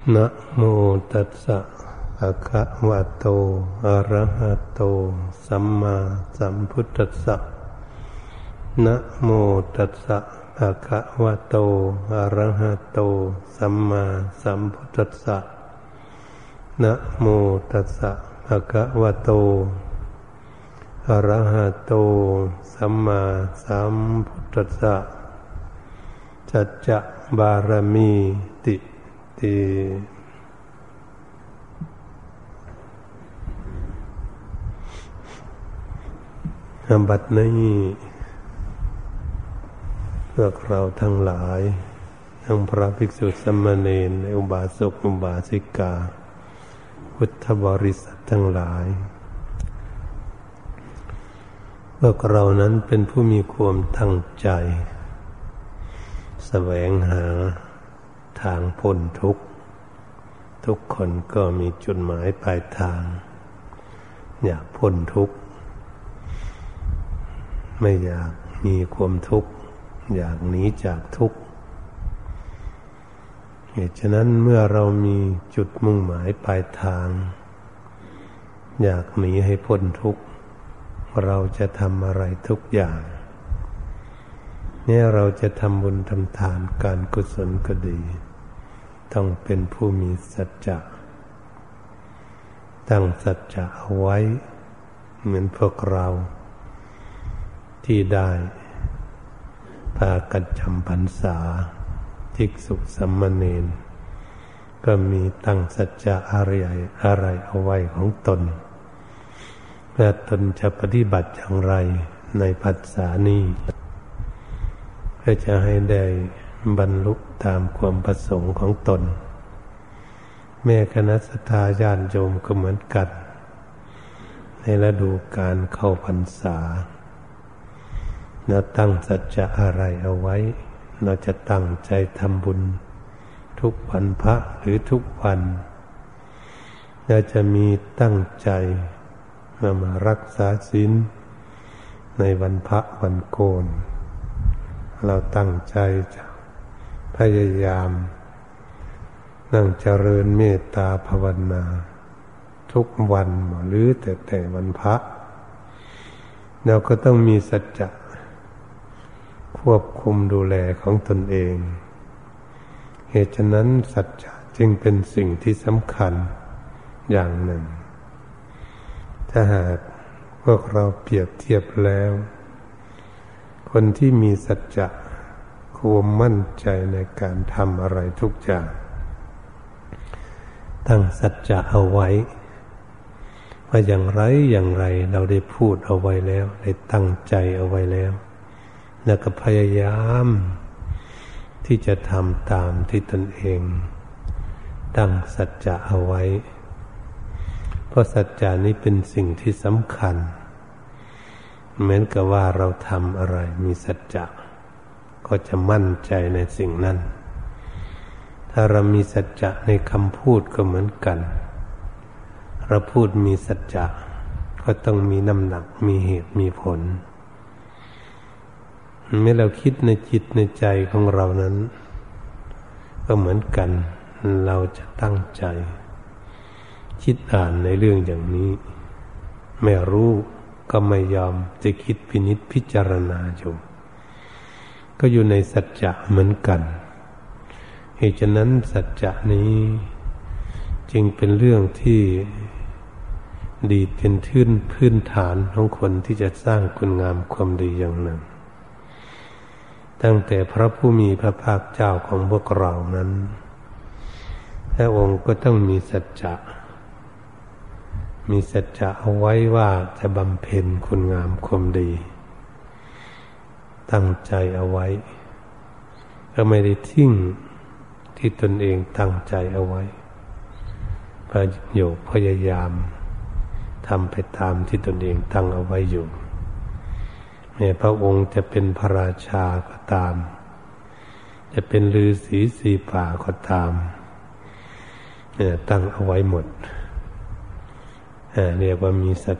นะโมตัสสะภะคะวะโตอะระหะโตสัมมาสัมพุทธัสสะนะโมตัสสะภะคะวะโตอะระหะโตสัมมาสัมพุทธัสสะนะโมตัสสะภะคะวะโตอะระหะโตสัมมาสัมพุทธัสสะสัจจะบารมีติบัดนี้พวกเราทั้งหลายทั้งพระภิกษุสามเณรและอุบาสกอุบาสิกาพุทธบริษัททั้งหลายพวกเรานั้นเป็นผู้มีความตั้งใจแสวงหาทางพ้นทุกข์ทุกคนก็มีจุดหมายปลายทางอยากพ้นทุกข์ไม่อยากมีความทุกข์อยากหนีจากทุกข์เหตุฉะนั้นเมื่อเรามีจุดมุ่งหมายปลายทางอยากหนีให้พ้นทุกข์เราจะทำอะไรทุกอย่างเนี่ยเราจะทำบุญทำทานการกุศลก็ดีต้องเป็นผู้มีสัจจะตั้งสัจจะเอาไว้เหมือนพวกเราที่ได้พากันจำพรรษาภิกษุสามเณรก็มีตั้งสัจจะอะไรเอาไว้ของตนว่าตนจะปฏิบัติอย่างไรในพรรษานี้เพื่อจะให้ได้บรรลุตามความประสงค์ของตนแม่คณะสัตยาญาติโยมก็เหมือนกันในฤดูกาลเข้าพรรษาเราตั้งสัจจะอะไรเอาไว้เราจะตั้งใจทำบุญทุกวันพระหรือทุกวันเราจะมีตั้งใจมารักษาศีลในวันพระวันโกนเราตั้งใจจะพยายามนั่งเจริญเมตตาภาวนาทุกวันหรือแต่วันพระเราก็ต้องมีสัจจะควบคุมดูแลของตนเองเหตุฉะนั้นสัจจะจึงเป็นสิ่งที่สำคัญอย่างหนึ่งถ้าหากพวกเราเปรียบเทียบแล้วคนที่มีสัจจะความมั่นใจในการทำอะไรทุกอย่างตั้งสัจจะเอาไว้ว่าอย่างไรเราได้พูดเอาไว้แล้วได้ตั้งใจเอาไว้แล้วแล้วก็พยายามที่จะทำตามที่ตนเองตั้งสัจจะเอาไว้เพราะสัจจะนี้เป็นสิ่งที่สำคัญเหมือนกับว่าเราทำอะไรมีสัจจะก็จะมั่นใจในสิ่งนั้นถ้าเรามีสัจจะในคำพูดก็เหมือนกันเราพูดมีสัจจะก็ต้องมีน้ำหนักมีเหตุมีผลเมื่อเราคิดในจิตในใจของเรานั้นก็เหมือนกันเราจะตั้งใจคิดอ่านในเรื่องอย่างนี้ไม่รู้ก็ไม่ยอมจะคิดพินิจพิจารณาอยู่ก็อยู่ในสัจจะเหมือนกันเหตุฉะนั้นสัจจะนี้จึงเป็นเรื่องที่ดีเป็นพื้นฐานของคนที่จะสร้างคุณงามความดีอย่างหนึ่งตั้งแต่พระผู้มีพระภาคเจ้าของพวกเรานั้นพระองค์ก็ต้องมีสัจจะเอาไว้ว่าจะบำเพ็ญคุณงามความดีตั้งใจเอาไว้ก็ไม่ได้ทิ้งที่ตนเองตั้งใจเอาไว้พยายามทำไปตามที่ตนเองตั้งเอาไว้อยู่แม้พระองค์จะเป็นพระราชาก็ตามจะเป็นฤาษีสีป่าก็ตามตั้งเอาไว้หมดเรียกว่ามีสัจ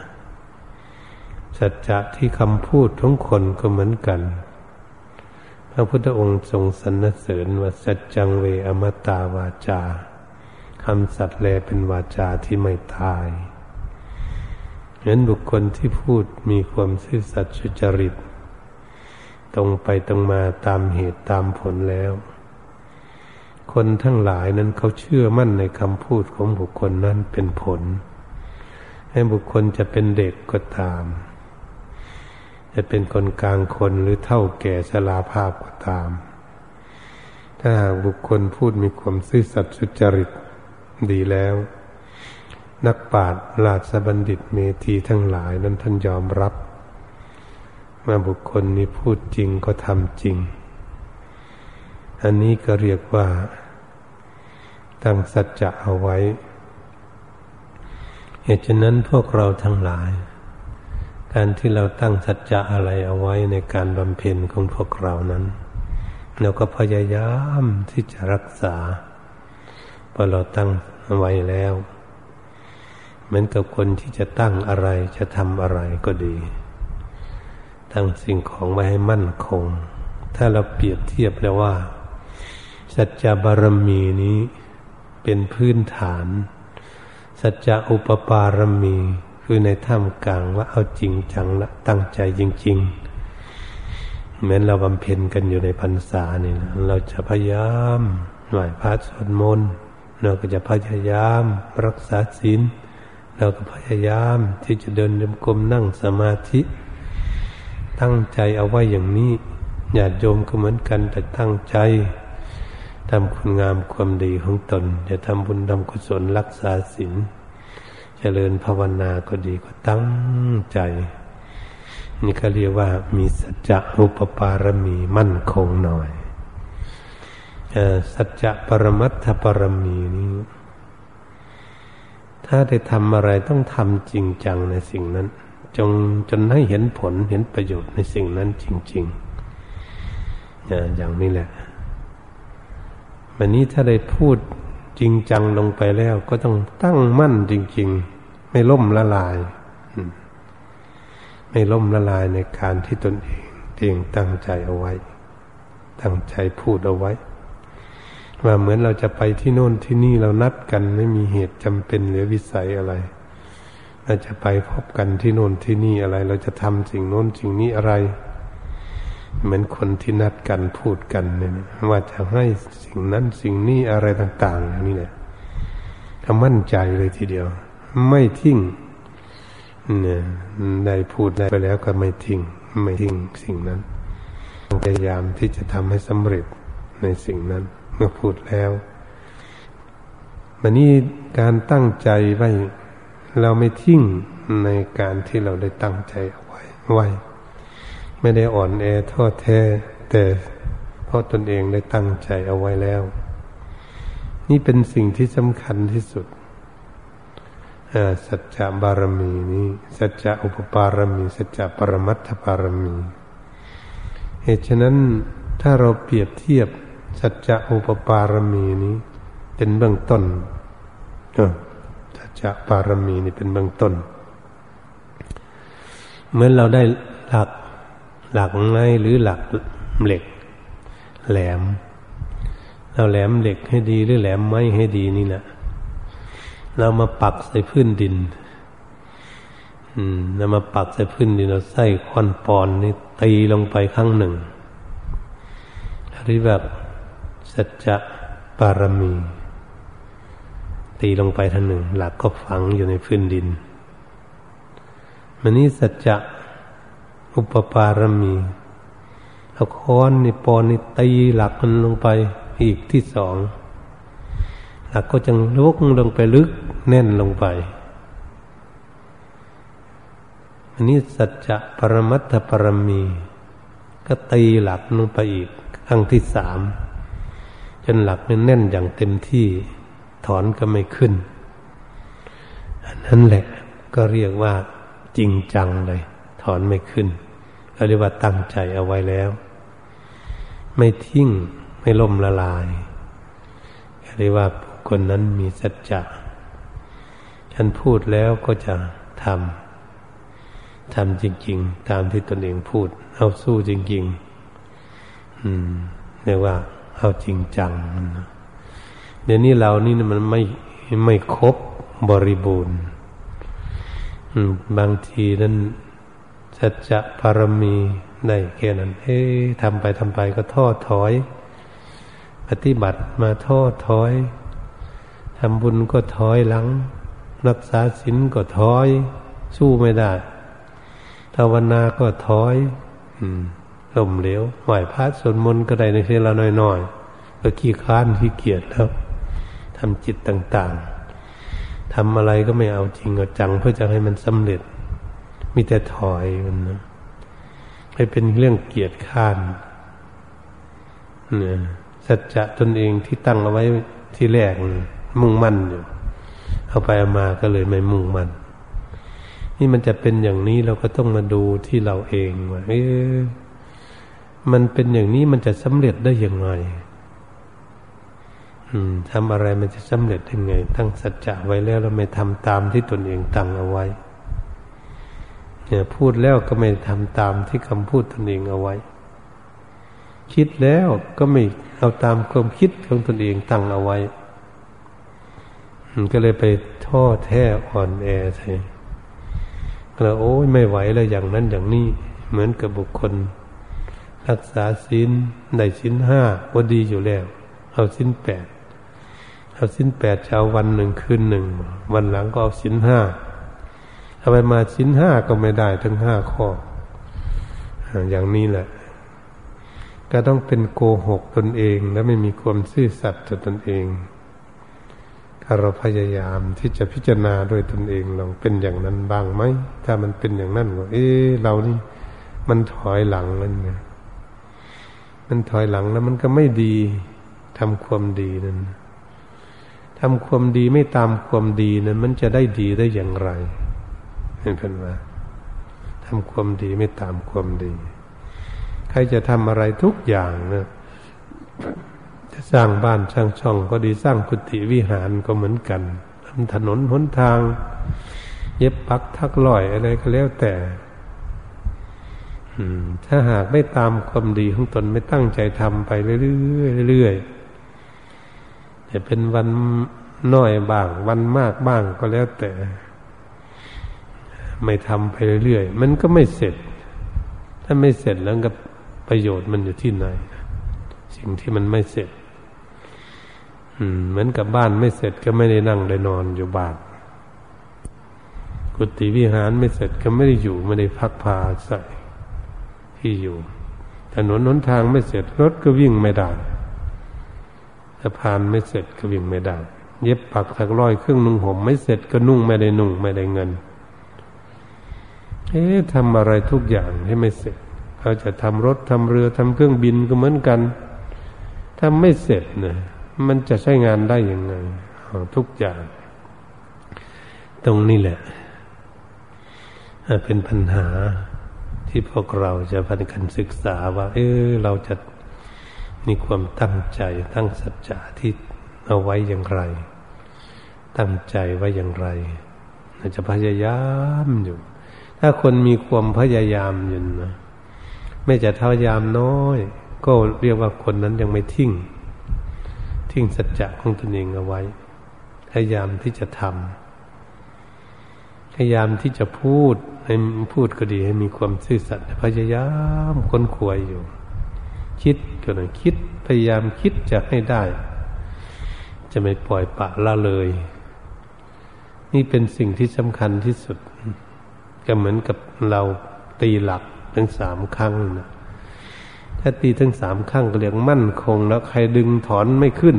จะที่คำพูดของคนก็เหมือนกันพระพุทธองค์ทรงสรรเสริญว่าสัจจังเวอมตาวาจาคำสัตย์แลเป็นวาจาที่ไม่ตายฉะนั้นบุคคลที่พูดมีความซื่อสัตย์สุจริตตรงไปตรงมาตามเหตุตามผลแล้วคนทั้งหลายนั้นเขาเชื่อมั่นในคำพูดของบุคคลนั้นเป็นผลให้บุคคลจะเป็นเด็กก็ตามจะเป็นคนกลางคนหรือเฒ่าแก่ชราภาพก็ตามถ้าหากบุคคลพูดมีความซื่อสัตย์สุจริตดีแล้วนักปราชญ์ราชบัณฑิตเมธีทั้งหลายนั้นท่านยอมรับว่าบุคคลนี้พูดจริงก็ทำจริงอันนี้ก็เรียกว่าตั้งสัจจะเอาไว้เหตุฉะนั้นพวกเราทั้งหลายการที่เราตั้งสัจจะอะไรเอาไว้ในการบำเพ็ญของพวกเรานั้นเราก็พยายามที่จะรักษาพอเราตั้งไว้แล้วเหมือนกับคนที่จะตั้งอะไรจะทำอะไรก็ดีตั้งสิ่งของไว้ให้มั่นคงถ้าเราเปรียบเทียบแล้วว่าสัจจะบารมีนี้เป็นพื้นฐานสัจจะอุปปารมีคือในท่ามกลางว่าเอาจริงจังละตั้งใจจริงๆเหมือนเราบำเพ็ญกันอยู่ในพรรษานี่นะเราจะพยายามไหว้พระสวดมนต์เราก็จะพยายามรักษาศีลเราก็พยายามที่จะเดินจงกรมนั่งสมาธิตั้งใจเอาไว้อย่างนี้ญาติโยมก็เหมือนกันแต่ตั้งใจทำคุณงามความดีของตนจะทำบุญทำกุศลรักษาศีลเจริญภาวนาก็ดีก็ตั้งใจนี่ก็เรียกว่ามีสัจจะอุปปารมีมั่นคงหน่อยสัจจะปรมัตถปรมีนี้ถ้าได้ทำอะไรต้องทำจริงจังในสิ่งนั้นจนให้เห็นผลเห็นประโยชน์ในสิ่งนั้นจริงๆอย่างนี้แหละวันนี้ถ้าได้พูดจริงจังลงไปแล้วก็ต้องตั้งมั่นจริงๆไม่ล่มละลายไม่ล่มละลายในการที่ตนเองตั้งใจเอาไว้ตั้งใจพูดเอาไว้ว่าเหมือนเราจะไปที่โน่นที่นี่เรานัดกันไม่มีเหตุจำเป็นหรือวิสัยอะไรเราจะไปพบกันที่โน่นที่นี่อะไรเราจะทำสิ่งโน้นสิ่งนี้อะไรเหมือนคนที่นัดกันพูดกันเนี่ยว่าจะให้สิ่งนั้นสิ่งนี้อะไรต่างๆอย่างนี้แหละก็มั่นใจเลยทีเดียวไม่ทิ้งเนี่ยได้พูดได้ไปแล้วก็ไม่ทิ้งสิ่งนั้นพยายามที่จะทำให้สำเร็จในสิ่งนั้นเมื่อพูดแล้ววันนี้การตั้งใจไว้เราไม่ทิ้งในการที่เราได้ตั้งใจเอาไว้ไม่ได้อ่อนแอท้อแท้แต่เพราะตนเองได้ตั้งใจเอาไว้แล้วนี่เป็นสิ่งที่สำคัญที่สุดสัจจะบารมีนี้สัจจะอุปปารมีสัจจะปรมัตถปารมีเหตุฉะนั้นถ้าเราเปรียบเทียบสัจจะอุปปารมีนี้เป็นเบื้องต้นสัจจะปารมีนี่เป็นเบื้องต้นเหมือนเราได้หลักไม้หรือหลักเหล็กแหลมเราแหลมเหล็กให้ดีหรือแหลมไม้ให้ดีนี่แหละเรามาปักใส่พื้นดินเรามาปักใส่พื้นดินเราใส่ค้อนปอนนี่ตีลงไปครั้งหนึ่งเรียกว่าสัจจะปารมีตีลงไปทีหนึ่งหลักก็ฝังอยู่ในพื้นดินมันนี้สัจจะอุปปารมีเอาค้อนนี่ปอนนี่ตีหลักมันลงไปอีกที่สองหลักก็จะลุกลงไปลึกแน่นลงไปอันนี้สัจจะปรมัตถปรมีก็ตีหลักลงไปอีกครั้งที่สามจนหลักมันแน่นอย่างเต็มที่ถอนก็ไม่ขึ้นอันนั้นแหละก็เรียกว่าจริงจังเลยถอนไม่ขึ้นก็เรียกว่าตั้งใจเอาไว้แล้วไม่ทิ้งไม่ล่มละลายก็เรียกว่าบุคคลนั้นมีสัจจะฉันพูดแล้วก็จะทำจริงๆตามที่ตนเองพูดเอาสู้จริงๆเรียกว่าเอาจริงจังนะเดี๋ยวนี้เรานี่มันไม่ครบบริบูรณ์บางทีนั้นสัจจะปรมีได้แค่นั้นทำไปก็ท้อถอยปฏิบัติมาท้อถอยทำบุญก็ถอยหลังรักษาศีลก็ถอยสู้ไม่ได้ภาวนาก็ถอยล้มเหลวไหว้พระสวดมนต์ก็ได้ในทีละน้อยๆก็ขี้ค้านขี้เกียจแล้วทำจิตต่างๆทำอะไรก็ไม่เอาจริงเอาจังเพื่อจะให้มันสำเร็จมีแต่ถอยมันนะให้เป็นเรื่องเกียจค้านเนี่ยสัจจะตนเองที่ตั้งเอาไว้ที่แรกมุ่งมั่นอยู่เอาไปเอามาก็เลยไม่มุ่งมั่นนี่มันจะเป็นอย่างนี้เราก็ต้องมาดูที่เราเองว่ามันเป็นอย่างนี้มันจะสำเร็จได้ยังไงทำอะไรมันจะสำเร็จยังไงตั้งสัจจะไว้แล้วเราไม่ทำตามที่ตนเองตั้งเอาไว้เนี่ยพูดแล้วก็ไม่ทำตามที่คำพูดตนเองเอาไว้คิดแล้วก็ไม่เอาตามความคิดของตนเองตั้งเอาไว้ก็เลยไปท้อแท้อ่อนแอใช่แล้วโอ้ยไม่ไหวแล้วอย่างนั้นอย่างนี้เหมือนกับบุคคลรักษาศีลได้ศีล5ก็ดีอยู่แล้วเอาศีล8จะเอาวันหนึ่งคืนหนึ่งวันหลังก็เอาศีล5เอาไปมาศีล5ก็ไม่ได้ทั้ง5ข้ออย่างนี้แหละก็ต้องเป็นโกหกตนเองและไม่มีความซื่อสัตย์ต่อตนเองถ้าเราพยายามที่จะพิจารณาด้วยตนเองลองเป็นอย่างนั้นบ้างไหมถ้ามันเป็นอย่างนั้นก็เรานี่มันถอยหลังแล้วไงมันถอยหลังแล้วมันก็ไม่ดีทำความดีนั้นทำความดีไม่ตามความดีนั้นมันจะได้ดีได้อย่างไรเห็นเพิ่นว่าทำความดีไม่ตามความดีใครจะทำอะไรทุกอย่างนะจะสร้างบ้านสร้างช่องก็ดีสร้างกุฏิวิหารก็เหมือนกันทำถนนหนทางเย็บปักถักร้อยอะไรก็แล้วแต่ถ้าหากไม่ตามความดีของตนไม่ตั้งใจทำไปเรื่อยๆจะเป็นวันน้อยบ้างวันมากบ้างก็แล้วแต่ไม่ทำไปเรื่อยๆมันก็ไม่เสร็จถ้าไม่เสร็จแล้วก็ประโยชน์มันอยู่ที่ไหนสิ่งที่มันไม่เสร็จเหมือนกับบ้านไม่เสร็จก็ไม่ได้นั่งได้นอนอยู่บ้านกุฏิวิหารไม่เสร็จก็ไม่ได้อยู่ไม่ได้พักพาอาศัยที่อยู่ถนนหนทางไม่เสร็จรถก็วิ่งไม่ได้สะพานไม่เสร็จก็วิ่งไม่ได้เย็บปักถักร้อยเครื่องนุ่งห่มไม่เสร็จก็นุ่งไม่ได้นุ่งไม่ได้เงินทำอะไรทุกอย่างให้ไม่เสร็จเขาจะทำรถทำเรือทำเครื่องบินก็เหมือนกันถ้าไม่เสร็จเนี่ยมันจะใช้งานได้ยังไงทุกอย่างตรงนี้แหละเป็นปัญหาที่พวกเราจะพากันศึกษาว่าเราจะมีความตั้งใจตั้งสัจจะที่เอาไว้อย่างไรตั้งใจไว้อย่างไรเราจะพยายามอยู่ถ้าคนมีความพยายามอยู่นะไม่จะพยายามน้อยก็เรียกว่าคนนั้นยังไม่ทิ้งสัจจะของตนเองเอาไว้พยายามที่จะทำพยายามที่จะพูดให้พูดก็ดีให้มีความซื่อสัตย์พยายามค้นคว้าอยู่คิดก็ต้องคิดพยายามคิดจะให้ได้จะไม่ปล่อยปละละเลยนี่เป็นสิ่งที่สำคัญที่สุดก็เหมือนกับเราตีหลักทั้ง3ครั้งนะถ้าตีทั้ง3ครั้งก็เรียกมั่นคงแล้วใครดึงถอนไม่ขึ้น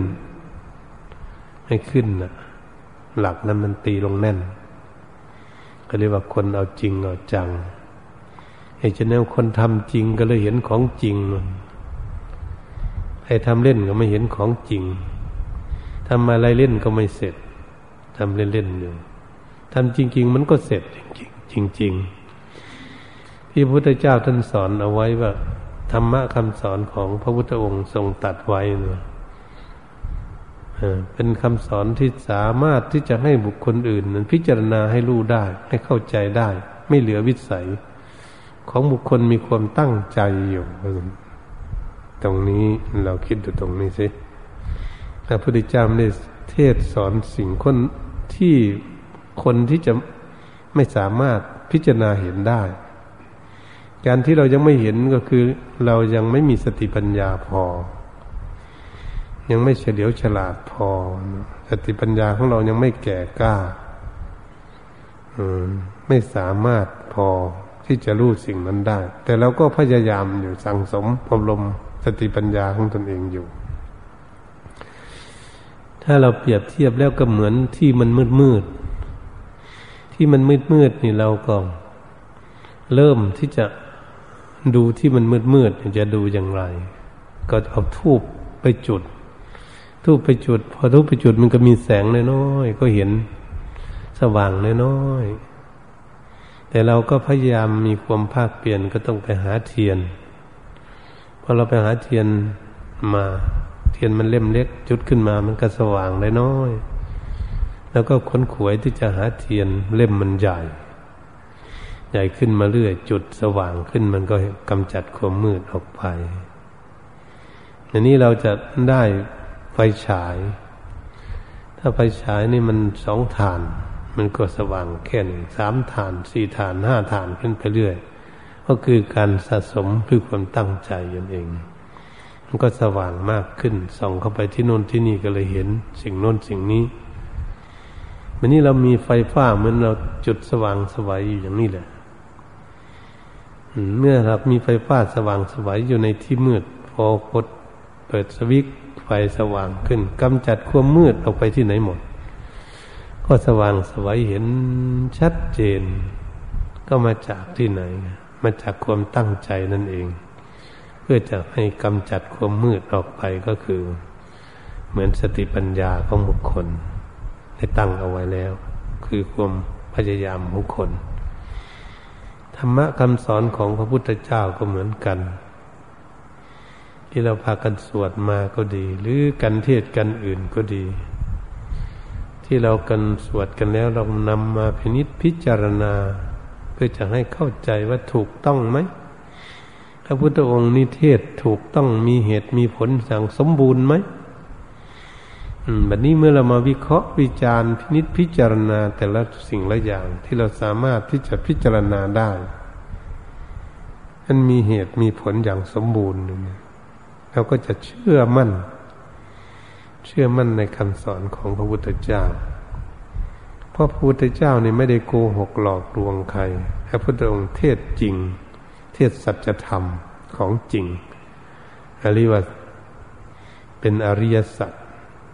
นะหลักนั้นมันตีลงแน่นก็เรียกว่าคนเอาจริงเอาจังไอ้เจ้าแนวคนทำจริงก็เลยเห็นของจริงไอ้ทำเล่นก็ไม่เห็นของจริงทำอะไรเล่นก็ไม่เสร็จทำเล่นๆอยู่ทำจริงๆมันก็เสร็จจริงที่พระพุทธเจ้าท่านสอนเอาไว้ว่าธรรมะคำสอนของพระพุทธองค์ทรงตรัสไว้นะเป็นคำสอนที่สามารถที่จะให้บุคคลอื่นนั้นพิจารณาให้รู้ได้ให้เข้าใจได้ไม่เหลือวิสัยของบุคคลมีความตั้งใจอยู่ตรงนี้เราคิดดูตรงนี้สิพระพุทธเจ้าได้เทศสอนสิ่งคนที่จะไม่สามารถพิจารณาเห็นได้การที่เรายังไม่เห็นก็คือเรายังไม่มีสติปัญญาพอยังไม่เฉลียวฉลาดพอสติปัญญาของเรายังไม่แก่กล้าไม่สามารถพอที่จะรู้สิ่งนั้นได้แต่เราก็พยายามอยู่สั่งสมอบรมสติปัญญาของตนเองอยู่ถ้าเราเปรียบเทียบแล้วก็เหมือนที่มันมืดที่มันมืดนี่เราก็เริ่มที่จะดูที่มันมืดจะดูอย่างไรก็เอาธูปไปจุดพอธูปไปจุดมันก็มีแสงน้อยๆก็เห็นสว่างน้อยๆแต่เราก็พยายามมีความภาคเปลี่ยนก็ต้องไปหาเทียนพอเราไปหาเทียนมาเทียนมันเล่มเล็กจุดขึ้นมามันก็สว่างน้อยๆแล้วก็ค้นขวยที่จะหาเทียนเล่มมันใหญ่ขึ้นมาเรื่อยจุดสว่างขึ้นมันก็กำจัดความมืดออกไปอันนี้เราจะได้ไฟฉายถ้าไฟฉายนี่มัน2 ถ่านมันก็สว่างแค่3 ถ่าน4 ถ่าน5 ถ่านขึ้นไปเรื่อยก็คือการสะสมคือความตั้งใจนั่นเองมันก็สว่างมากขึ้นส่องเข้าไปที่โน่นที่นี่ก็เลยเห็นสิ่งโน้นสิ่งนี้วันนี้เรามีไฟฟ้าเหมือนเราจุดสว่างสวัยอยู่อย่างนี้แหละเมื่อเรามีไฟฟ้าสว่างสวัยอยู่ในที่มืดพอกดเปิดสวิตช์ไฟสว่างขึ้นกำจัดความมืดออกไปที่ไหนหมดก็สว่างสวัยเห็นชัดเจนก็มาจากที่ไหนมาจากความตั้งใจนั่นเองเพื่อจะให้กำจัดความมืดออกไปก็คือเหมือนสติปัญญาของบุคคลได้ตั้งเอาไว้แล้วคือความพยายามของคนธรรมะคำสอนของพระพุทธเจ้าก็เหมือนกันที่เราพากันสวดมาก็ดีหรือกันเทศกันอื่นก็ดีที่เรากันสวดกันแล้วเรานำมาพิจารณาเพื่อจะให้เข้าใจว่าถูกต้องไหมพระพุทธองค์นิเทศถูกต้องมีเหตุมีผลสั่งสมบูรณ์ไหมบัดนี้เมื่อเรามาวิเคราะห์วิจารณ์พิจารณาแต่ละสิ่งละอย่างที่เราสามารถที่จะพิจารณาได้มันมีเหตุมีผลอย่างสมบูรณ์เราก็จะเชื่อมั่นในคำสอนของพระพุทธเจ้าเพราะพระพุทธเจ้านี่ไม่ได้โกหกหลอกลวงใครพระพุทธองค์เทศจริงเทศสัจธรรมของจริงเรียกว่าเป็นอริยสัจ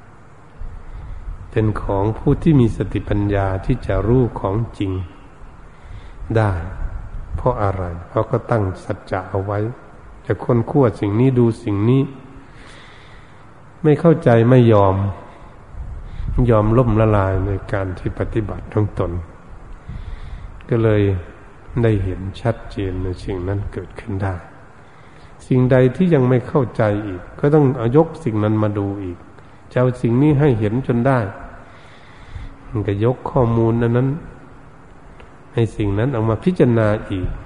เป็นของผู้ที่มีสติปัญญาที่จะรู้ของจริงได้เพราะอะไรเพราะก็ตั้งสัจจะเอาไว้จะค้นคว้าสิ่งนี้ดูสิ่งนี้ไม่เข้าใจไม่ยอมล่มละลายในการที่ปฏิบัติของตนก็เลยได้เห็นชัดเจนในสิ่งนั้นเกิดขึ้นได้สิ่งใดที่ยังไม่เข้าใจอีกก็ต้องเอายกสิ่งนั้นมาดูอีกจะเอาสิ่งนี้ให้เห็นจนได้มันก็ยกข้อมูลนั้นให้สิ่งนั้นออกมาพิจารณาอีก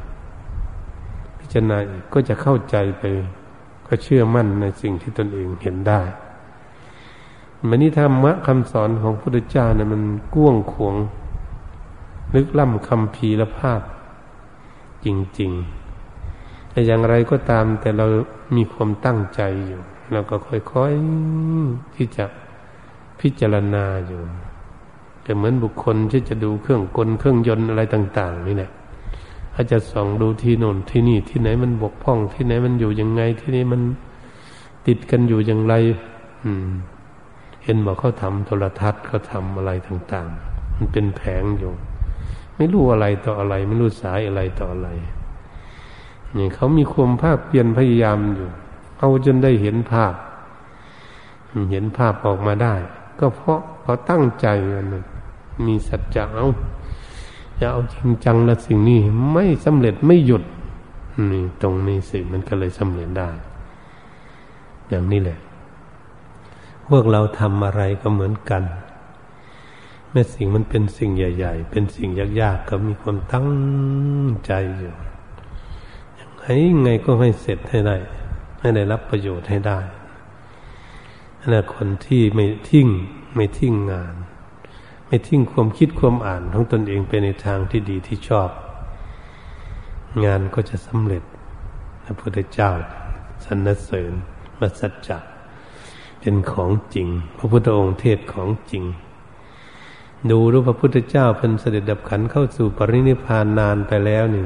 ก็จะเข้าใจไปก็เชื่อมั่นในสิ่งที่ตนเองเห็นได้มันนี่ธรรมะคำสอนของพระพุทธเจ้าเนี่ยมันกว้างขวางลึกล้ำคัมภีรภาพจริงๆแต่อย่างไรก็ตามแต่เรามีความตั้งใจอยู่เราก็ค่อยๆที่จะพิจารณาอยู่แต่เหมือนบุคคลที่จะดูเครื่องกลเครื่องยนต์อะไรต่างๆนี่แหละอาจจะส่องดูที่โน่นที่นี่ที่ไหนมันบกพร่องที่ไหนมันอยู่ยังไงที่นี่มันติดกันอยู่อย่างไรเห็นบอกเขาทำโทรทัศน์เขาทำอะไรต่างๆมันเป็นแผงอยู่ไม่รู้อะไรต่ออะไรไม่รู้สายอะไรต่ออะไรนี่เขามีความภาคเพียรพยายามอยู่เอาจนได้เห็นภาพออกมาได้ก็เพราะเขาตั้งใจกันมีสัจจะจะเอาจริงจังและสิ่งนี้ไม่สำเร็จไม่หยุดนี่ตรงนี้สิมันก็เลยสำเร็จได้อย่างนี้แหละพวกเราทำอะไรก็เหมือนกันแม้สิ่งมันเป็นสิ่งใหญ่ๆเป็นสิ่งยากๆก็มีความตั้งใจอยู่ยังไงก็ให้เสร็จให้ได้ให้ได้รับประโยชน์ให้ได้นั่นแหละคนที่ไม่ทิ้งงานไม่ทิ้งความคิดความอ่านของตนเองไปในทางที่ดีที่ชอบงานก็จะสำเร็จพระพุทธเจ้าสรรเสริญว่าสัจจะเป็นของจริงพระพุทธองค์เทศของจริงดูพระพุทธเจ้าเป็นเสด็จดับขันธ์เข้าสู่ปรินิพพานนานไปแล้วนี่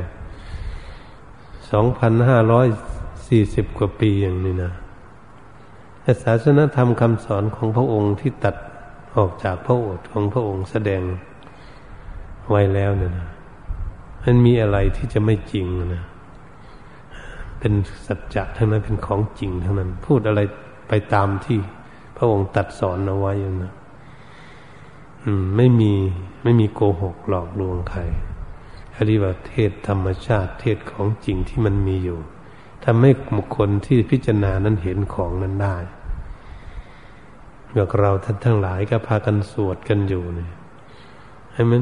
2,540 กว่าปีอย่างนี้นะแต่ศาสนธรรมคำสอนของพระองค์ที่ตัดออกจากพระโอษฐ์ของพระองค์แสดงไว้แล้วเนี่ยนะมันมีอะไรที่จะไม่จริงนะเป็นสัจจะทั้งนั้นเป็นของจริงทั้งนั้นพูดอะไรไปตามที่พระองค์ตัดสอนเอาไว้อย่างนั้นไม่มีโกหกหลอกลวงใครเขาเรียกว่าเทศธรรมชาติเทศของจริงที่มันมีอยู่ทำให้บุคคลที่พิจารณานั้นเห็นของนั้นได้เมื่อเราท่านทั้งหลายก็พากันสวดกันอยู่นี่ให้มัน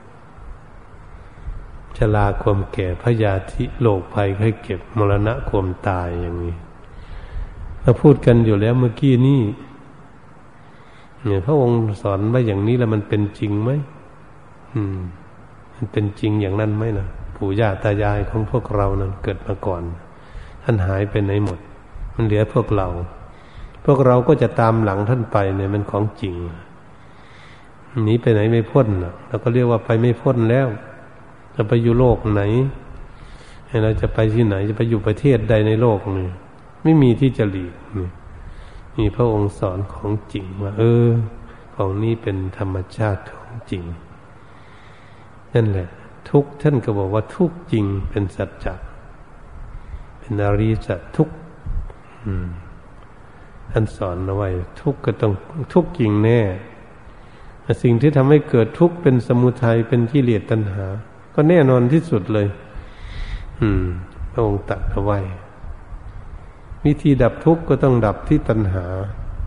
ชราความแก่พยาธิโรคภัยไข้เจ็บมรณะความตายอย่างนี้เราพูดกันอยู่แล้วเมื่อกี้นี่เนี่ยพระองค์สอนไว้อย่างนี้แล้วมันเป็นจริงไหมมันเป็นจริงอย่างนั้นไหมนะปู่ย่าตายายของพวกเรานั้นเกิดมาก่อนท่านหายไปไหนหมดมันเหลือพวกเราก็จะตามหลังท่านไปเนี่ยมันของจริงหนีไปไหนไม่พ้นเราก็เรียกว่าไปไม่พ้นแล้วจะไปอยู่โลกไหนเราจะไปที่ไหนจะไปอยู่ประเทศใดในโลกนี่ไม่มีที่จะหลีกนี่พระองค์สอนของจริงว่าของนี้เป็นธรรมชาติของจริงนั่นแหละทุกท่านก็บอกว่าทุกจริงเป็นสัจจะเป็นอริยสัจทุกท่านสอนเอาไว้ทุกก็ต้องทุกจริงแน่สิ่งที่ทำให้เกิดทุกข์เป็นสมุทัยเป็นกิเลสตัณหาก็แน่นอนที่สุดเลยพระองค์ตรัสเอาไว้วิธีดับทุกข์ก็ต้องดับที่ตัณหา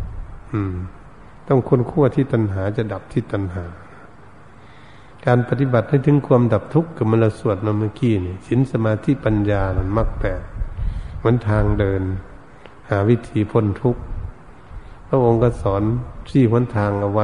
ต้องค้นคว้าที่ตัณหาจะดับที่ตัณหาการปฏิบัติให้ถึงความดับทุกข์กับมันละสวดมาเมื่อกี้นี่ศีลสมาธิปัญญามันมรรคแปดมันทางเดินหาวิธีพ้นทุกข์พระองค์ก็สอนชี้หนทางเอาไว้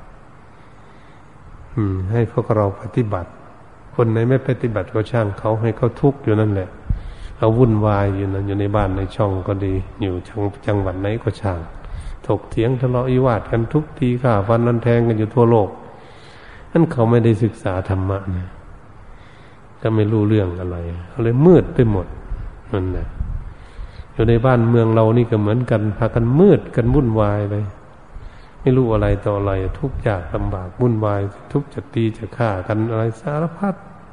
ให้พวกเราปฏิบัติคนไหนไม่ปฏิบัติก็ช่างเขาให้เขาทุกข์อยู่นั่นแหละเอาวุ่นวายอยู่นั่นอยู่ในบ้านในช่องก็ดีอยู่จังหวัดไหนก็ช่างถกเถียงทะเลาะวิวาทกันทุกทีฆ่าฟันรันแทงกันอยู่ทั่วโลกนั่นเขาไม่ได้ศึกษาธรรมะนะก็ไม่รู้เรื่องอะไรเขาเลยมืดไปหมดนั่นแหละอยู่ในบ้านเมืองเรานี่ก็เหมือนกันพากันมืดกันวุ่นวายไปไม่รู้อะไรต่ออะไรทุกข์ยากลำบากวุ่นวายทุกข์จะตีจะฆ่ากันอะไรสารพัด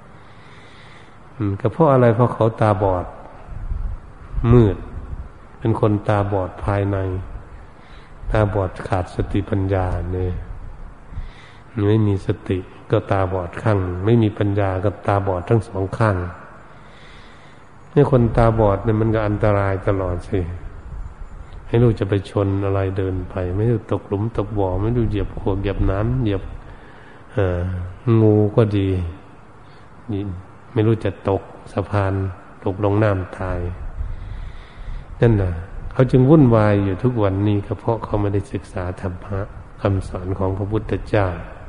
ก็เพราะอะไรเพราะเขาตาบอดมืดเป็นคนตาบอดภายในตาบอดขาดสติปัญญาเนี่ยไม่มีสติก็ตาบอดข้างไม่มีปัญญาก็ตาบอดทั้งสองข้างนี่คนตาบอดเนี่ยมันก็อันตรายตลอดสิไม่รู้จะไปชนอะไรเดินไปไม่รู้ตกหลุมตกบ่อไม่รู้เหยียบขวดเหยียบน้ำเหยียบงูก็ดีไม่รู้จะตกสะพานตกลงน้ำตายนั่นน่ะเขาจึงวุ่นวายอยู่ทุกวันนี้ก็เพราะเขาไม่ได้ศึกษาธรรมะคำสอนของพระพุทธเจ้า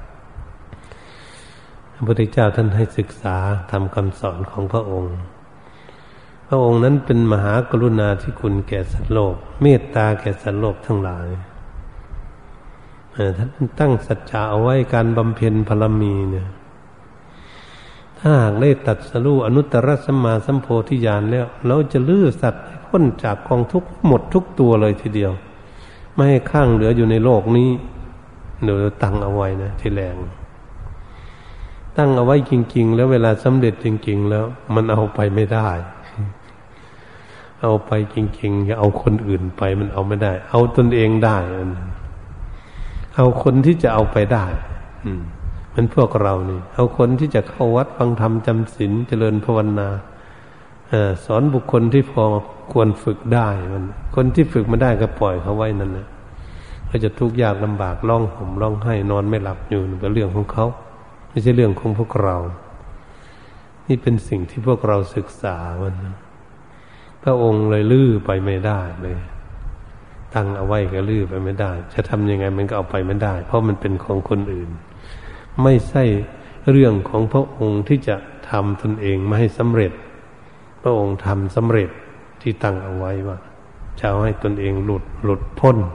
พระพุทธเจ้าท่านให้ศึกษาทำคำสอนของพระองค์นั้นเป็นมหากรุณาธิคุณแก่สัตว์โลกเมตตาแก่สัตว์โลกทั้งหลายท่านตั้งสัจจะเอาไว้การบำเพ็ญบารมีเนี่ยถ้าหากได้ตรัสรู้อนุตตรสัมมาสัมโพธิญาณแล้วเราจะลื้อสัตว์ให้พ้นจากกองทุกข์หมดทุกตัวเลยทีเดียวไม่ให้ข้างเหลืออยู่ในโลกนี้เดี๋ยวตั้งเอาไว้นะทีแรงตั้งเอาไว้จริงๆแล้วเวลาสำเร็จจริงๆแล้วมันเอาไปไม่ได้เอาไปจริงๆอย่าเอาคนอื่นไปมันเอาไม่ได้เอาตนเองได้เอาคนที่จะเอาไปได้มันพวกเรานี่เอาคนที่จะเข้าวัดฟังธรรมจำศีลเจริญภาวนาสอนบุคคลที่พอควรฝึกได้มันคนที่ฝึกไม่ได้ก็ปล่อยเขาไว้นั่นแหละเขาจะทุกข์ยากลำบากร้องห่มร้องไห้นอนไม่หลับอยู่เป็นเรื่องของเขาไม่ใช่เรื่องของพวกเรานี่เป็นสิ่งที่พวกเราศึกษามันพพระองค์เลยลื้อไปไม่ได้เลยตั้งเอาไว้ก็ลื้อไปไม่ได้จะทำยังไงมันก็เอาไปไม่ได้เพราะมันเป็นของคนอื่นไม่ใช่เรื่องของพระองค์ที่จะทำตนเองไม่ให้สำเร็จพระองค์ทำสำเร็จที่ตั้งเอาไว้ว่าจะเอาให้ตนเองหลุดพ้น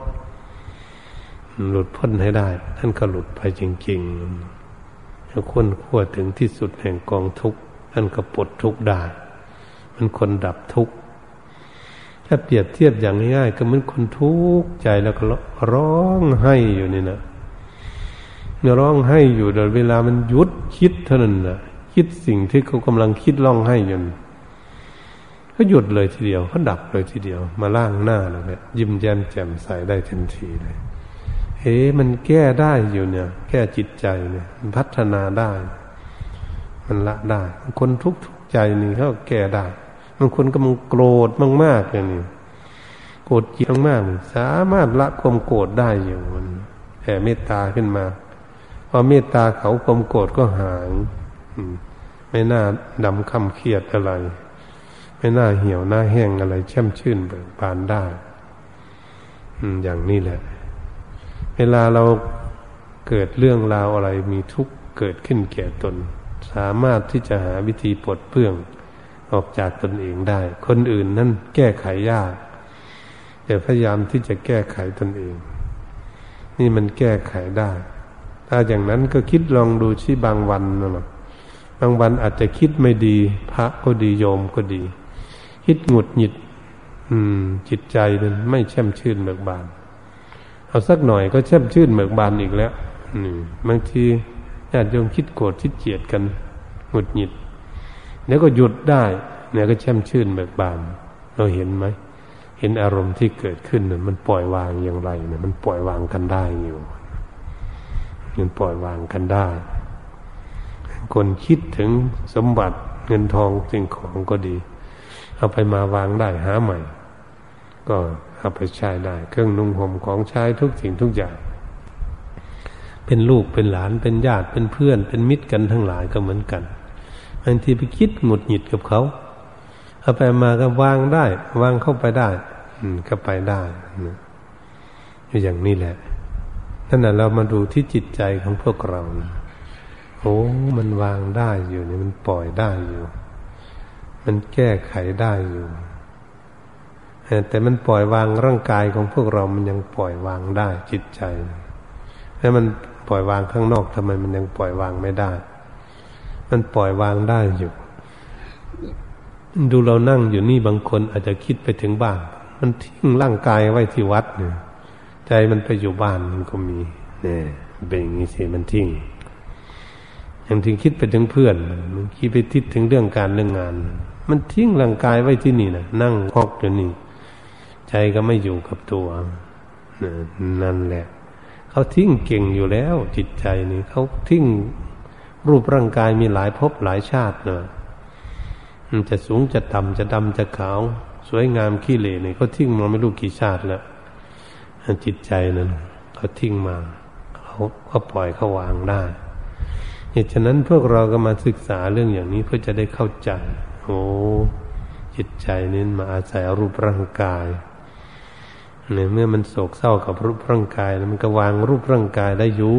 ให้ได้ท่านก็หลุดไปจริงๆถ้าค้นคว้าถึงที่สุดแห่งกองทุกข์ท่านก็ปลดทุกข์ได้มันคนดับทุกข์ถ้าเปรียบเทียบอย่างง่ายๆก็เหมือนคนทุกข์ใจแล้วก็ร้องไห้อยู่นี่นะร้องไห้อยู่โดยเวลามันหยุดคิดเท่านั้นนะคิดสิ่งที่เขากำลังคิดร้องไห้อยู่ก็หยุดเลยทีเดียวเขาดับเลยทีเดียวมาล้างหน้าแล้วเนี่ยยิ้มแย้มแจ่มใสได้ทันทีเลยมันแก้ได้อยู่เนี่ยแก้จิตใจเนี่ยมันพัฒนาได้มันละได้คนทุกใจนี่เขาแก้ได้บางคนกำลังโกรธมากๆอย่างนี้โกรธจิตมากๆสามารถละความโกรธได้อยู่มันแผ่เมตตาขึ้นมาพอเมตตาเขาความโกรธก็หายไม่น่าดำคำเครียดอะไรไม่น่าเหี่ยวหน้าแห้งอะไรแช่มชื่นเบิกบานได้อย่างนี้แหละเวลาเราเกิดเรื่องราวอะไรมีทุกข์เกิดขึ้นแก่ตนสามารถที่จะหาวิธีปลดเปลื้องออกจากตนเองได้คนอื่นนั่นแก้ไขยากแต่พยายามที่จะแก้ไขตนเองนี่มันแก้ไขได้ถ้าอย่างนั้นก็คิดลองดูที่บางวันนะบางวันอาจจะคิดไม่ดีพระก็ดีโยมก็ดีคิดหงุดหงิดจิตใจมันไม่แช่มชื่นเบิกบานเอาสักหน่อยก็แช่มชื่นเบิกบานอีกแล้วบางทีญาติโยมคิดโกรธคิดเกลียดกันหงุดหงิดแล้วก็หยุดได้เนี่ยก็แช่มชื่นเบิกบานเราเห็นไหมเห็นอารมณ์ที่เกิดขึ้นเนี่ยมันปล่อยวางอย่างไรเนี่ยมันปล่อยวางกันได้อยู่มันปล่อยวางกันได้คนคิดถึงสมบัติเงินทองสิ่งของก็ดีเอาไปมาวางได้หาใหม่ก็เอาไปใช้ได้เครื่องนุ่งห่มของใช้ทุกสิ่งทุกอย่างเป็นลูกเป็นหลานเป็นญาติเป็นเพื่อนเป็นมิตรกันทั้งหลายก็เหมือนกันบางทีไปคิดหงุดหงิดกับเขาเอาไปมาก็วางได้วางเข้าไปได้ก็ไปได้อยู่อย่างนี้แหละนั่นแหละเรามาดูที่จิตใจของพวกเรานะมันวางได้อยู่นี่มันปล่อยได้อยู่มันแก้ไขได้อยู่แต่มันปล่อยวางร่างกายของพวกเรามันยังปล่อยวางได้จิตใจแล้วมันปล่อยวางข้างนอกทำไมมันยังปล่อยวางไม่ได้มันปล่อยวางได้อยู่ดูเรานั่งอยู่นี่บางคนอาจจะคิดไปถึงบ้านมันทิ้งร่างกายไว้ที่วัดเนี่ยใจมันไปอยู่บ้านมันก็มีเนี่ยเป็นอย่างนี้สิมันทิ้งอย่างทิ้งคิดไปถึงเพื่อนมันคิดไปทิศถึงเรื่องการเรื่องงานมันทิ้งร่างกายไว้ที่นี่นะนั่งพอกอยู่นี่ใจก็ไม่อยู่กับตัวนั่นแหละเขาทิ้งเก่งอยู่แล้วจิตใจนี่เขาทิ้งรูปร่างกายมีหลายภพหลายชาตินะมันจะสูงจะต่ำจะดำจะขาวสวยงามขี้เหร่นี่เขาทิ้งมาไม่รู้กี่ชาติแล้วจิตใจนั้นเขาทิ้งมาเขาปล่อยเขาวางได้เหตุฉะนั้นพวกเราก็มาศึกษาเรื่องอย่างนี้เพื่อจะได้เข้าใจจิตใจนี้มาอาศัยรูปร่างกายเนี่ยเมื่อมันโศกเศร้ากับรูปร่างกายแล้วมันก็วางรูปร่างกายได้อยู่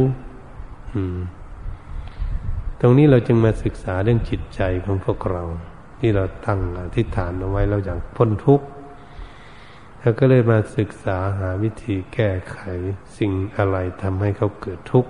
ตรงนี้เราจึงมาศึกษาเรื่องจิตใจของพวกเราที่เราตั้งอธิษฐานเอาไว้เราอยากพ้นทุกข์แล้วก็เลยมาศึกษาหาวิธีแก้ไขสิ่งอะไรทำให้เขาเกิดทุกข์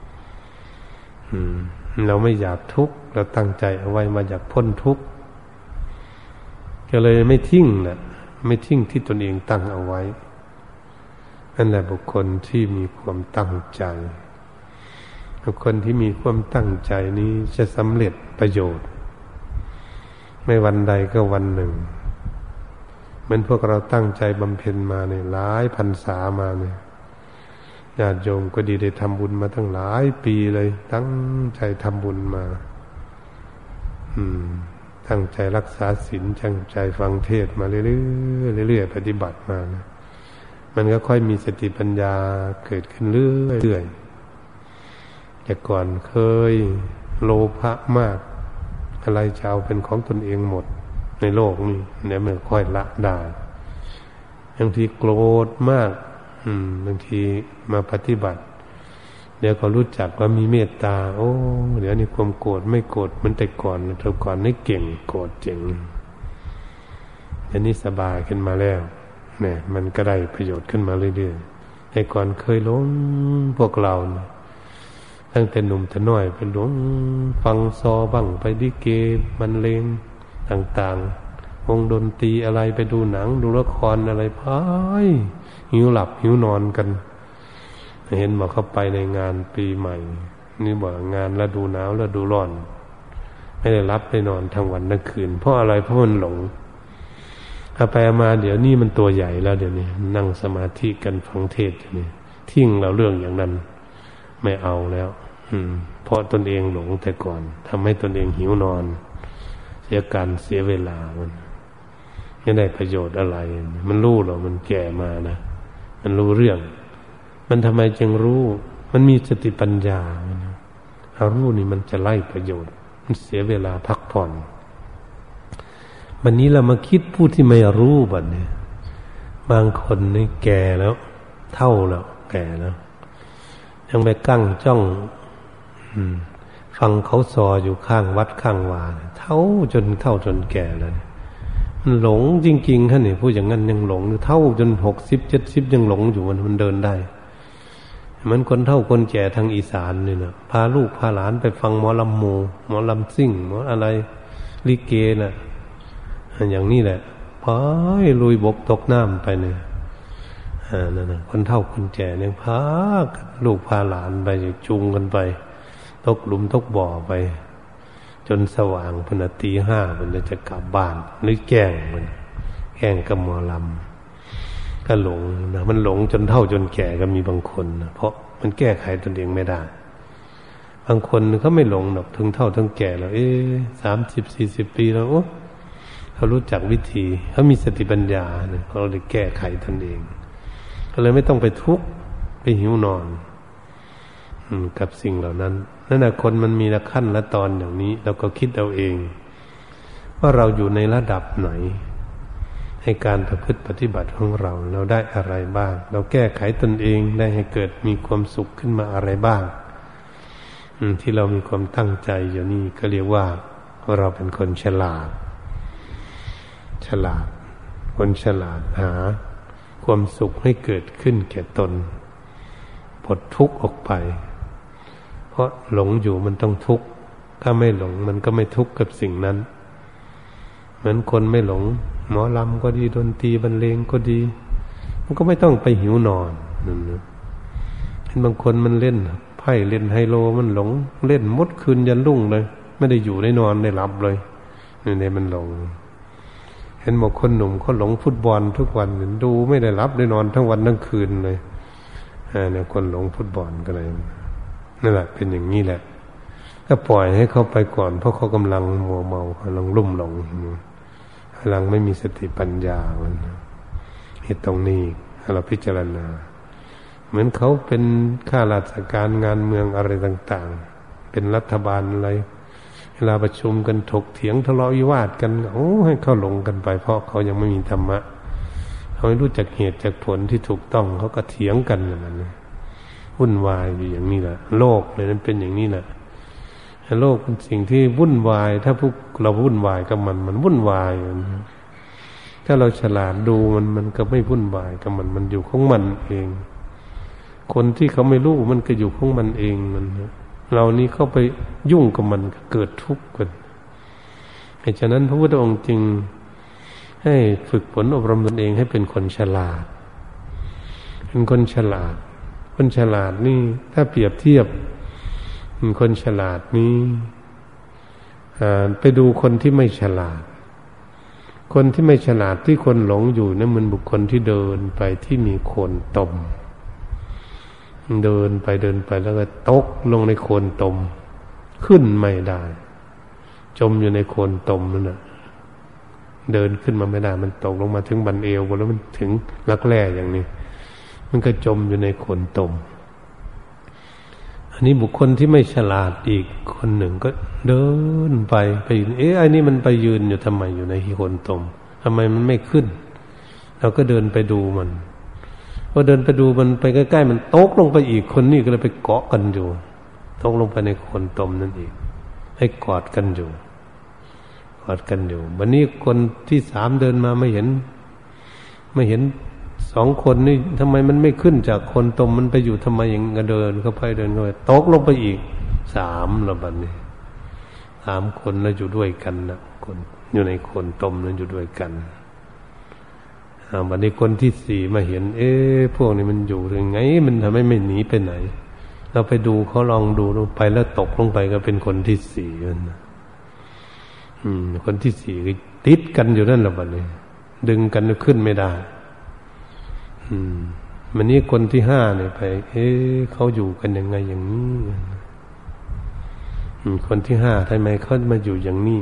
เราไม่อยากทุกข์เราตั้งใจเอาไว้มาอยากพ้นทุกข์ก็เลยไม่ทิ้งไม่ทิ้งที่ตนเองตั้งเอาไว้นั่นแหละบุคคลที่มีความตั้งใจบุคคลที่มีความตั้งใจนี้จะสำเร็จประโยชน์ไม่วันใดก็วันหนึ่งเหมือนพวกเราตั้งใจบำเพ็ญมาเนี่ยหลายพรรษามาเนี่ยญาติโยมก็ดีได้ทำบุญมาตั้งหลายปีเลยตั้งใจทำบุญมาตั้งใจรักษาศีลตั้งใจฟังเทศมาเรื่อยๆปฏิบัติมานะมันก็ค่อยมีสติปัญญาเกิดขึ้นเรื่อยๆแต่ก่อนเคยโลภะมากอะไรจะเอาเป็นของตนเองหมดในโลกนี้เดี๋ยวมันค่อยละได้บางทีโกรธมากบางทีมาปฏิบัติเดี๋ยวก็รู้จักว่ามีเมตตาโอ้เดี๋ยวนี้ความโกรธไม่โกรธเหมือนแต่ก่อนเท่าก่อนนี่เก่งโกรธเจ๋งเดี๋ยวนี้สบายขึ้นมาแล้วเนี่ยมันก็ได้ประโยชน์ขึ้นมาเรื่อยๆแต่ก่อนเคยหลงพวกเราตั้งแต่หนุ่มแต่น้อยไปหลงฟังซอบ้างไปดิเกมันเลงต่างๆวงดนตรีอะไรไปดูหนังดูละครอะไรพายหิวหลับหิวนอนกันเห็นบอกเข้าไปในงานปีใหม่นี่บอกงานฤดูหนาวฤดูร้อนไม่ได้รับได้นอนทั้งวันทั้งคืนเพราะอะไรเพราะมันหลงเอาไปมาเดี๋ยวนี้มันตัวใหญ่แล้วเดี๋ยวนี้นั่งสมาธิกันฟังเทศน์นี่ทิ้งเราเรื่องอย่างนั้นไม่เอาแล้วเพราะตนเองหลงแต่ก่อนทำให้ตนเองหิวนอนเสียการเสียเวลามันไม่ได้ประโยชน์อะไรมันรู้หรอมันแก่มานะมันรู้เรื่องมันทำไมจึงรู้มันมีสติปัญญาเอารู้นี่มันจะไล่ประโยชน์มันเสียเวลาพักผ่อนวันนี้เรามาคิดผู้ที่ไม่รู้บัดนี้บางคนนี่แก่แล้วเฒ่าแล้วแก่แล้วยังไปกั้งจ้องฟังเขาซออยู่ข้างวัดข้างวาเฒ่าจนเฒ่าจนแก่แล้วมันหลงจริงๆท่านนี่พูดอย่างนั้นยังหลงเฒ่าจน60-70ยังหลงอยู่มันเดินได้มันคนเฒ่าคนแก่ทางอีสานนี่นะพาลูกพาหลานไปฟังหมอลำโมหมอลำซิ่งหมออะไรลิเกน่ะอย่างนี้แหละพายลุยบกตกน้ำไปเนี่ยนั่นนะคนเฒ่าคนแก่เนี่ยพาลูกพาหลานไปจูงกันไปตกหลุมตกบ่อไปจนสว่างพนตี 5มันจะกลับบ้านหรือแกล้งมันแกล้งกับหมอลำก็หลงนะมันหลงจนเฒ่าจนแก่ก็มีบางคนนะเพราะมันแก้ไขตนเองไม่ได้บางคนเขาไม่หลงหรอกถึงเฒ่าถึงแก่แล้ว30-40 ปีแล้วเขารู้จักวิธีเขามีสติปัญญาเนี่ยเขาเลยแก้ไขตนเองก็เลยไม่ต้องไปทุกข์ไปหิวนอนกับสิ่งเหล่านั้นนั่นน่ะคนมันมีละขั้นละตอนอย่างนี้เราก็คิดเอาเองว่าเราอยู่ในระดับไหนให้การประพฤติปฏิบัติของเราได้อะไรบ้างเราแก้ไขตนเองได้ให้เกิดมีความสุขขึ้นมาอะไรบ้างที่เรามีความตั้งใจอยู่นี่ก็เรียกว่าเราเป็นคนฉลาดคนฉลาดหาความสุขให้เกิดขึ้นแก่ตนปลดทุกข์ออกไปเพราะหลงอยู่มันต้องทุกข์ถ้าไม่หลงมันก็ไม่ทุกข์กับสิ่งนั้นเหมือนคนไม่หลงหมอลำก็ดีดนตรีบรรเลงก็ดีมันก็ไม่ต้องไปหิวนอนนั่นนะเห็นบางคนมันเล่นไพ่เล่นไฮโลมันหลงเล่นมดคืนยันรุ่งเลยไม่ได้อยู่ได้นอนได้หลับเลยนี่มันหลงเห็นบางคนหนุ่มเขาหลงฟุตบอลทุกวันดูไม่ได้หลับได้นอนทั้งวันทั้งคืนเลยเนี่ยคนหลงฟุตบอลก็เลยนั่นแหละเป็นอย่างนี้แหละก็ปล่อยให้เขาไปก่อนเพราะเขากำลังมัวเมากำลังลุ่มหลงกำลังไม่มีสติปัญญาเหตุตรงนี้เราพิจารณาเหมือนเขาเป็นข้าราชการงานเมืองอะไรต่างๆเป็นรัฐบาลอะไรเวลาประชุมกันถกเถียงทะเลาะวิวาทกันให้เขาหลงกันไปเพราะเขายังไม่มีธรรมะเขาไม่รู้จักเหตุจากผลที่ถูกต้องเขาก็เถียงกันอย่างนั้นวุ่นวายอยู่อย่างนี้แหละโลกเลยนั้นเป็นอย่างนี้แหละโลกเป็นสิ่งที่วุ่นวายถ้าพวกเราวุ่นวายกับมันวุ่นวายถ้าเราฉลาดดูมันก็ไม่วุ่นวายกับมันอยู่ของมันเองคนที่เขาไม่รู้มันก็อยู่ของมันเองเรานี่เข้าไปยุ่งกับมันเกิดทุกข์กันฉะนั้นพระพุทธองค์จึงให้ฝึกฝนอบรมตนเองให้เป็นคนฉลาดเป็นคนฉลาดคนฉลาดนี่ถ้าเปรียบเทียบคนฉลาดนี้ไปดูคนที่ไม่ฉลาดคนที่ไม่ฉลาดที่คนหลงอยู่นั่นมันบุคคลที่เดินไปที่มีโคลนตมเดินไปแล้วก็ตกลงในโคลนตมขึ้นไม่ได้จมอยู่ในโคลนตมนั่นน่ะเดินขึ้นมาไม่ได้มันตกลงมาถึงบั้นเอวแล้วมันถึงรักแร้อย่างนี้มันก็จมอยู่ในโคลนตมอันนี้บุคคลที่ไม่ฉลาดอีกคนหนึ่งก็เดินไปไอ้นี่มันไปยืนอยู่ทำไมอยู่ในโคนตมทำไมมันไม่ขึ้นเราก็เดินไปดูมันพอเดินไปดูมันไปใกล้ๆมันตกลงไปอีกคนนี่ก็เลยไปเกาะกันอยู่ตกลงไปในโคนตมนั่นอีกให้กอดกันอยู่วันนี้คนที่สามเดินมาไม่เห็นสองคนนี่ทำไมมันไม่ขึ้นจากโคนตมมันไปอยู่ทำไมอย่างเดินเข้าไปตกลงไปอีกสามแล้วบัดนี้สามคนแล้วอยู่ด้วยกันนะคนอยู่ในโคนตมนั้นอยู่ด้วยกันวันนี้คนที่สี่มาเห็นพวกนี้มันอยู่ยังไงมันทำไมไม่หนีไปไหนเราไปดูเขาลองดูลงไปแล้วตกลงไปก็เป็นคนที่สี่นะคนที่สี่ก็ติดกันอยู่นั่นแหละบัดนี้ดึงกันขึ้นไม่ได้วันนี้คนที่ห้าเนี่ยไปเขาอยู่กันยังไงอย่างนี้คนที่ห้าทำไมเขามาอยู่อย่างนี้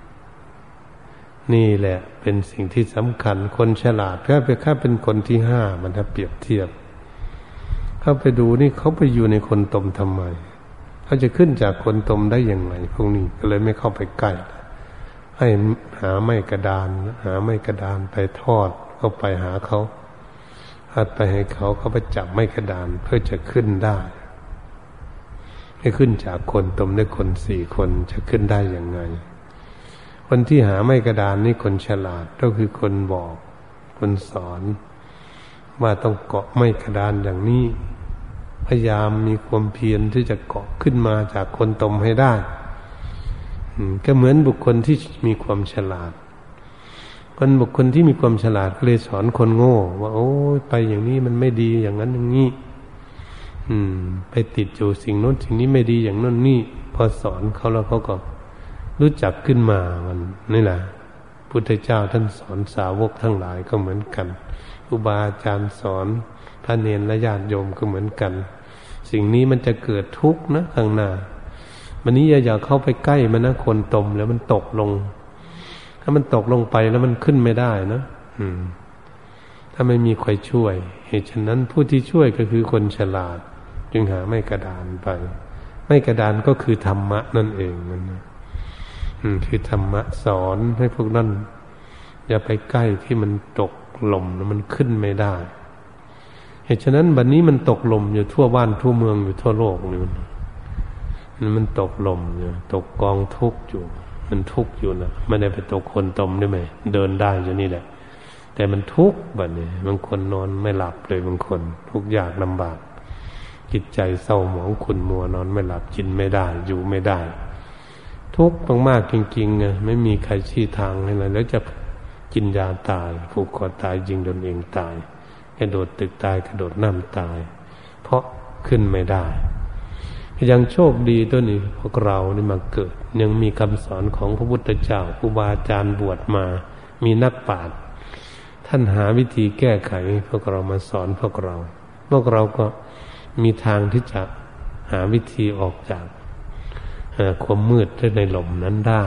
นี่แหละเป็นสิ่งที่สำคัญคนฉลาดถ้าเป็นคนที่ห้ามันถ้าเปรียบเทียบเข้าไปดูนี่เขาไปอยู่ในคนตมทำไมเขาจะขึ้นจากคนตมได้อย่างไรพวกนี้ก็เลยไม่เข้าไปใกล้ให้หาไม้กระดานไปทอดเข้าไปหาเขาไปให้เขาไปจับไม้กระดานเพื่อจะขึ้นได้ให้ขึ้นจากคนตมได้คนสี่คนจะขึ้นได้อย่างไงคนที่หาไม้กระดานนี่คนฉลาดก็คือคนบอกคนสอนว่าต้องเกาะไม้กระดานอย่างนี้พยายามมีความเพียรที่จะเกาะขึ้นมาจากคนตมให้ได้ก็เหมือนบุคคลที่มีความฉลาดบุคคลที่มีความฉลาดก็เลยสอนคนโง่ว่าโอ้ยไปอย่างนี้มันไม่ดีอย่างนั้นอย่างนี้ไปติดอยู่สิ่งโน้นสิ่งนี้ไม่ดีอย่างโน้นนี่พอสอนเขาแล้วเขาก็รู้จักขึ้นมามันนี่แหละพุทธเจ้าท่านสอนสาวกทั้งหลายก็เหมือนกันครูบาอาจารย์สอนพระเนรและญาติโยมก็เหมือนกันสิ่งนี้มันจะเกิดทุกข์นะข้างหน้าวันนี้อย่าเข้าไปใกล้มันนะคนตมแล้วมันตกลงถ้ามันตกลงไปแล้วมันขึ้นไม่ได้นะถ้าไม่มีใครช่วยเหตุฉะนั้นผู้ที่ช่วยก็คือคนฉลาดจึงหาไม้กระดานไปไม้กระดานก็คือธรรมะนั่นเองนั่นนะคือธรรมะสอนให้พวกนั้นอย่าไปใกล้ที่มันตกลมแล้วมันขึ้นไม่ได้เหตุฉะนั้นบัดนี้มันตกลมอยู่ทั่วบ้านทั่วเมืองอยู่ทั่วโลกนี่มันตกลมอยู่ตกกองทุกข์อยู่มันทุกข์อยู่นะไม่ได้ไปตกคนตมได้ไหมเดินได้อยู่นี่แหละแต่มันทุกข์บัดนี้บางคนนอนไม่หลับเลยบางคนทุกข์ยากลำบากจิตใจเศร้าหมองขุ่นมัวนอนไม่หลับกินไม่ได้อยู่ไม่ได้ทุกข์มากๆจริงๆไงไม่มีใครชี้ทางให้เลยแล้วจะกินยาตายผูกคอตายยิงตนเองตายกระโดดตึกตายกระโดดน้ำตายเพราะขึ้นไม่ได้ยังโชคดีตัวนี้พวกเรานี่มาเกิดยังมีคำสอนของพระพุทธเจ้าครูบาอาจารย์บวชมามีนักปราชญ์ท่านหาวิธีแก้ไขพวกเรามาสอนพวกเราก็มีทางที่จะหาวิธีออกจากความมืดในหล่มนั้นได้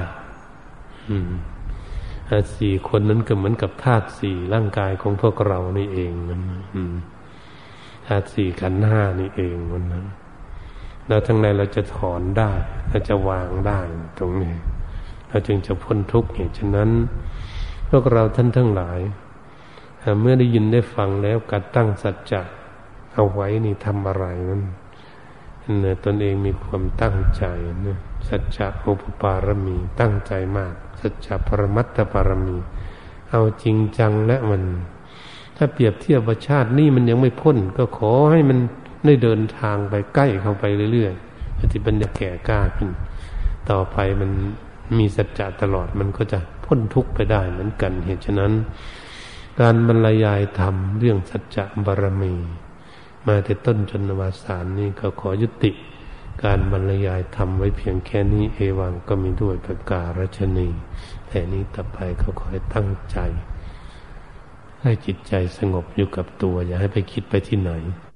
สี่คนนั้นก็เหมือนกับธาตุสี่ร่างกายของพวกเรานี่เองนั้นธาตุสี่ขันธ์ห้านี่เองวันนั้นแล้วทั้งในเราจะถอนได้เราจะวางได้ตรงนี้เราจึงจะพ้นทุกข์เหตุฉะนั้นพวกเราท่านทั้งหลายเมื่อได้ยินได้ฟังแล้วการตั้งสัจจะเอาไว้นี่ทำอะไรนั้นตนเองมีความตั้งใจนะสัจจะอุปปารมีตั้งใจมากสัจจะปรมัตถปารมีเอาจริงจังและมันถ้าเปรียบเทียบว่าชาตินี้มันยังไม่พ้นก็ขอให้มันได้เดินทางไปใกล้เข้าไปเรื่อยๆปฏิบัติแก่กล้าขึ้นต่อไปมันมีสัจจะตลอดมันก็จะพ้นทุกข์ไปได้เหมือนกันเหตุฉะนั้นการบรรยายธรรมเรื่องสัจจะบารมีมาแต่ต้นจนอวสานนี้ก็ขอยุติการบรรยายธรรมไว้เพียงแค่นี้เอวังก็มีด้วยประการฉนี้แต่นี้ต่อไปเขาขอให้ตั้งใจให้จิตใจสงบอยู่กับตัวอย่าให้ไปคิดไปที่ไหน